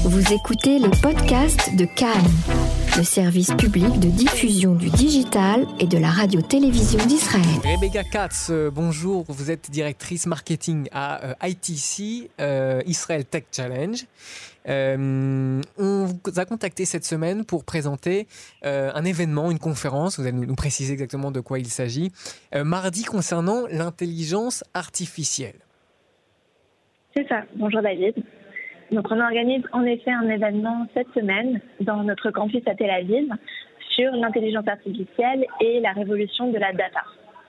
Vous écoutez les podcasts de Cannes, le service public de diffusion du digital et de la radio-télévision d'Israël. Rebecca Katz, bonjour, vous êtes directrice marketing à ITC, Israel Tech Challenge. On vous a contacté cette semaine pour présenter un événement, une conférence, vous allez nous préciser exactement de quoi il s'agit, mardi concernant l'intelligence artificielle. C'est ça, bonjour David. Donc on organise en effet un événement cette semaine dans notre campus à Tel Aviv sur l'intelligence artificielle et la révolution de la data.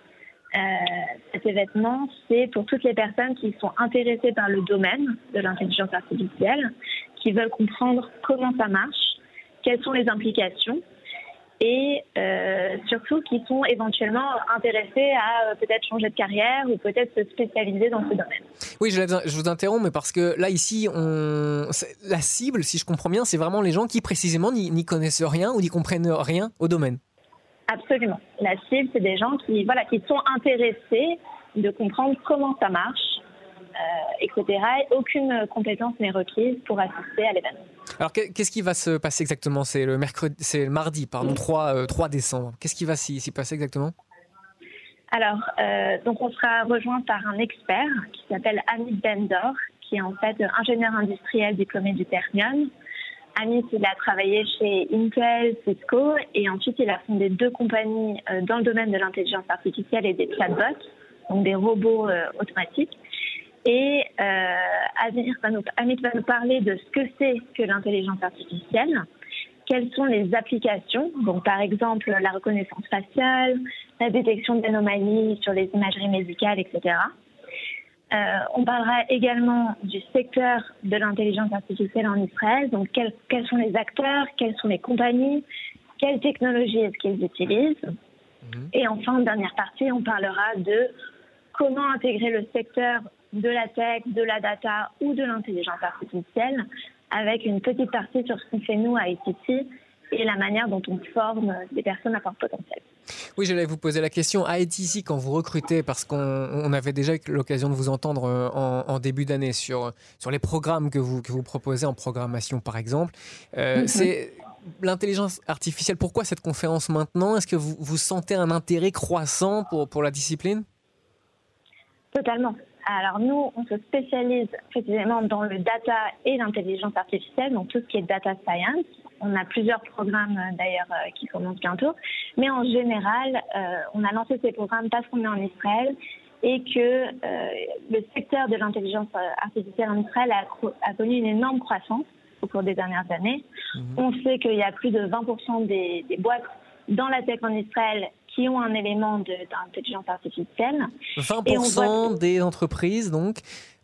Cet événement, c'est pour toutes les personnes qui sont intéressées par le domaine de l'intelligence artificielle, qui veulent comprendre comment ça marche, quelles sont les implications et surtout qui sont éventuellement intéressés à peut-être changer de carrière ou peut-être se spécialiser dans ce domaine. Oui, je vous interromps, mais parce que là, ici, la cible, si je comprends bien, c'est vraiment les gens qui précisément n'y connaissent rien ou n'y comprennent rien au domaine. Absolument. La cible, c'est des gens qui sont intéressés de comprendre comment ça marche, etc. Et aucune compétence n'est requise pour assister à l'événement. Alors, qu'est-ce qui va se passer exactement ? C'est le mardi, 3 décembre. Qu'est-ce qui va s'y passer exactement ? Alors, donc on sera rejoint par un expert qui s'appelle Amit Ben-Dor, qui est en fait ingénieur industriel diplômé du Technion. Amit, il a travaillé chez Intel, Cisco, et ensuite il a fondé 2 compagnies dans le domaine de l'intelligence artificielle et des chatbots, donc des robots automatiques. Et Amit va nous parler de ce que c'est que l'intelligence artificielle, quelles sont les applications, donc par exemple la reconnaissance faciale, la détection d'anomalies sur les imageries médicales, etc. On parlera également du secteur de l'intelligence artificielle en Israël, donc quels sont les acteurs, quelles sont les compagnies, quelles technologies est-ce qu'ils utilisent. Et enfin, dernière partie, on parlera de comment intégrer le secteur de la tech, de la data ou de l'intelligence artificielle avec une petite partie sur ce qu'on fait nous à ITC et la manière dont on forme des personnes à fort potentiel. Oui, j'allais vous poser la question. À ITC, quand vous recrutez, parce qu'on avait déjà eu l'occasion de vous entendre en début d'année sur les programmes que vous proposez en programmation, par exemple, c'est l'intelligence artificielle. Pourquoi cette conférence maintenant ? Est-ce que vous sentez un intérêt croissant pour la discipline ? Totalement. Alors nous, on se spécialise précisément dans le data et l'intelligence artificielle, donc tout ce qui est data science. On a plusieurs programmes d'ailleurs qui commencent bientôt. Mais en général, on a lancé ces programmes parce qu'on est en Israël et que le secteur de l'intelligence artificielle en Israël a connu une énorme croissance au cours des dernières années. On sait qu'il y a plus de 20% des boîtes dans la tech en Israël qui ont un élément d'intelligence artificielle. 20% des entreprises, donc,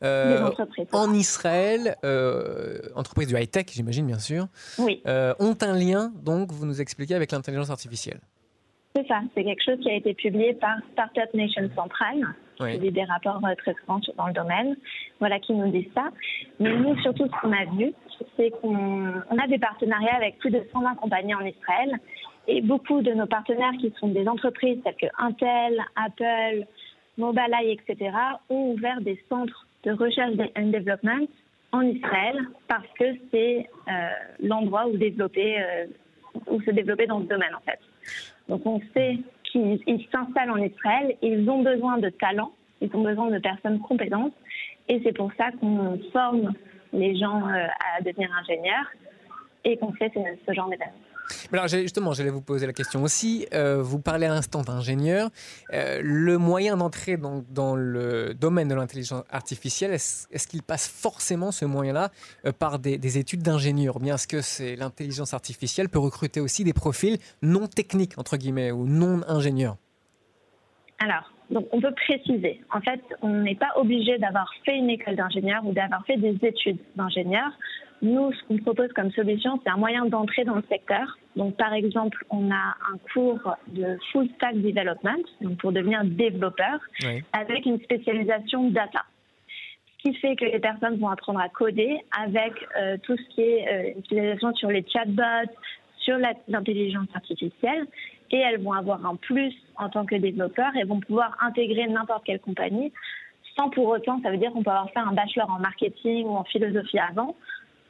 en Israël, entreprises du high-tech, j'imagine, bien sûr, oui. Ont un lien, donc, vous nous expliquez, avec l'intelligence artificielle. C'est ça, c'est quelque chose qui a été publié par Startup Nation Central, qui publie des rapports très souvent dans le domaine, qui nous disent ça. Mais nous, surtout, ce qu'on a vu, c'est qu'on a des partenariats avec plus de 120 compagnies en Israël. Et beaucoup de nos partenaires qui sont des entreprises telles que Intel, Apple, Mobileye, etc. ont ouvert des centres de recherche and development en Israël parce que c'est l'endroit où se développer dans ce domaine en fait. Donc on sait qu'ils s'installent en Israël, ils ont besoin de talents, ils ont besoin de personnes compétentes et c'est pour ça qu'on forme les gens à devenir ingénieurs et qu'on fait ce genre d'événements. Alors justement, j'allais vous poser la question aussi. Vous parlez à l'instant d'ingénieur. Le moyen d'entrer dans le domaine de l'intelligence artificielle, est-ce qu'il passe forcément ce moyen-là par des études d'ingénieur ? Ou bien est-ce que l'intelligence artificielle peut recruter aussi des profils non techniques, entre guillemets, ou non ingénieurs ? Alors, donc on peut préciser. En fait, on n'est pas obligé d'avoir fait une école d'ingénieur ou d'avoir fait des études d'ingénieur. Nous, ce qu'on propose comme solution, c'est un moyen d'entrer dans le secteur. Donc, par exemple, on a un cours de full stack development, donc pour devenir développeur, avec une spécialisation data. Ce qui fait que les personnes vont apprendre à coder avec tout ce qui est une spécialisation sur les chatbots, sur l'intelligence artificielle. Et elles vont avoir un plus en tant que développeurs et vont pouvoir intégrer n'importe quelle compagnie sans pour autant, ça veut dire qu'on peut avoir fait un bachelor en marketing ou en philosophie avant,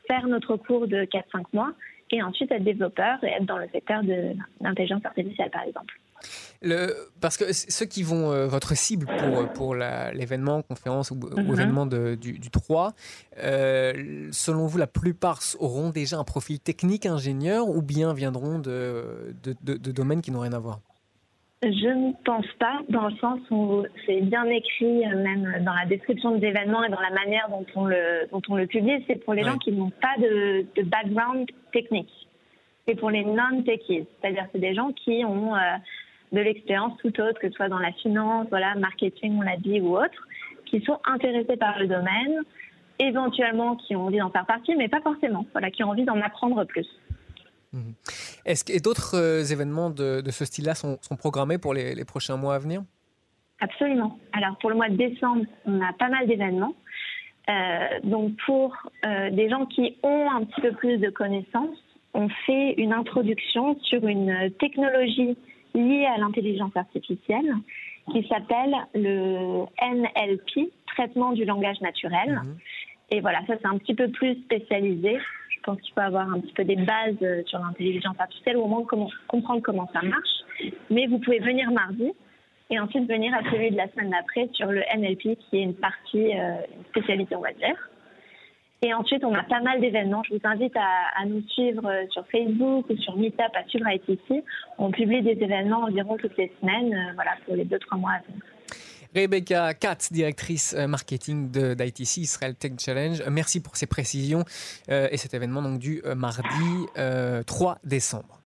faire notre cours de 4-5 mois et ensuite être développeur et être dans le secteur de l'intelligence artificielle, par exemple. Parce que ceux qui vont, votre cible pour l'événement, conférence ou événement du 3, selon vous, la plupart auront déjà un profil technique ingénieur ou bien viendront de domaines qui n'ont rien à voir? Je ne pense pas, dans le sens où c'est bien écrit, même dans la description de l'événement et dans la manière dont on le publie, c'est pour les gens qui n'ont pas de background technique. C'est pour les non-techies, c'est-à-dire c'est des gens qui ont de l'expérience tout autre, que ce soit dans la finance, marketing, on l'a dit, ou autre, qui sont intéressés par le domaine, éventuellement qui ont envie d'en faire partie, mais pas forcément, qui ont envie d'en apprendre plus. Est-ce que d'autres événements de ce style-là sont programmés pour les prochains mois à venir? Absolument. Alors, pour le mois de décembre, on a pas mal d'événements. Donc, pour des gens qui ont un petit peu plus de connaissances, on fait une introduction sur une technologie liée à l'intelligence artificielle qui s'appelle le NLP, traitement du langage naturel. Et ça c'est un petit peu plus spécialisé. Je pense qu'il faut avoir un petit peu des bases sur l'intelligence artificielle ou au moins comprendre comment ça marche. Mais vous pouvez venir mardi et ensuite venir à celui de la semaine d'après sur le NLP qui est une partie, une spécialité on va dire. Et ensuite, on a pas mal d'événements. Je vous invite à nous suivre sur Facebook ou sur Meetup, à suivre ITC. On publie des événements environ toutes les semaines, pour les 2-3 mois à venir. Rebecca Katz, directrice marketing d'ITC Israel Tech Challenge. Merci pour ces précisions et cet événement donc du mardi 3 décembre.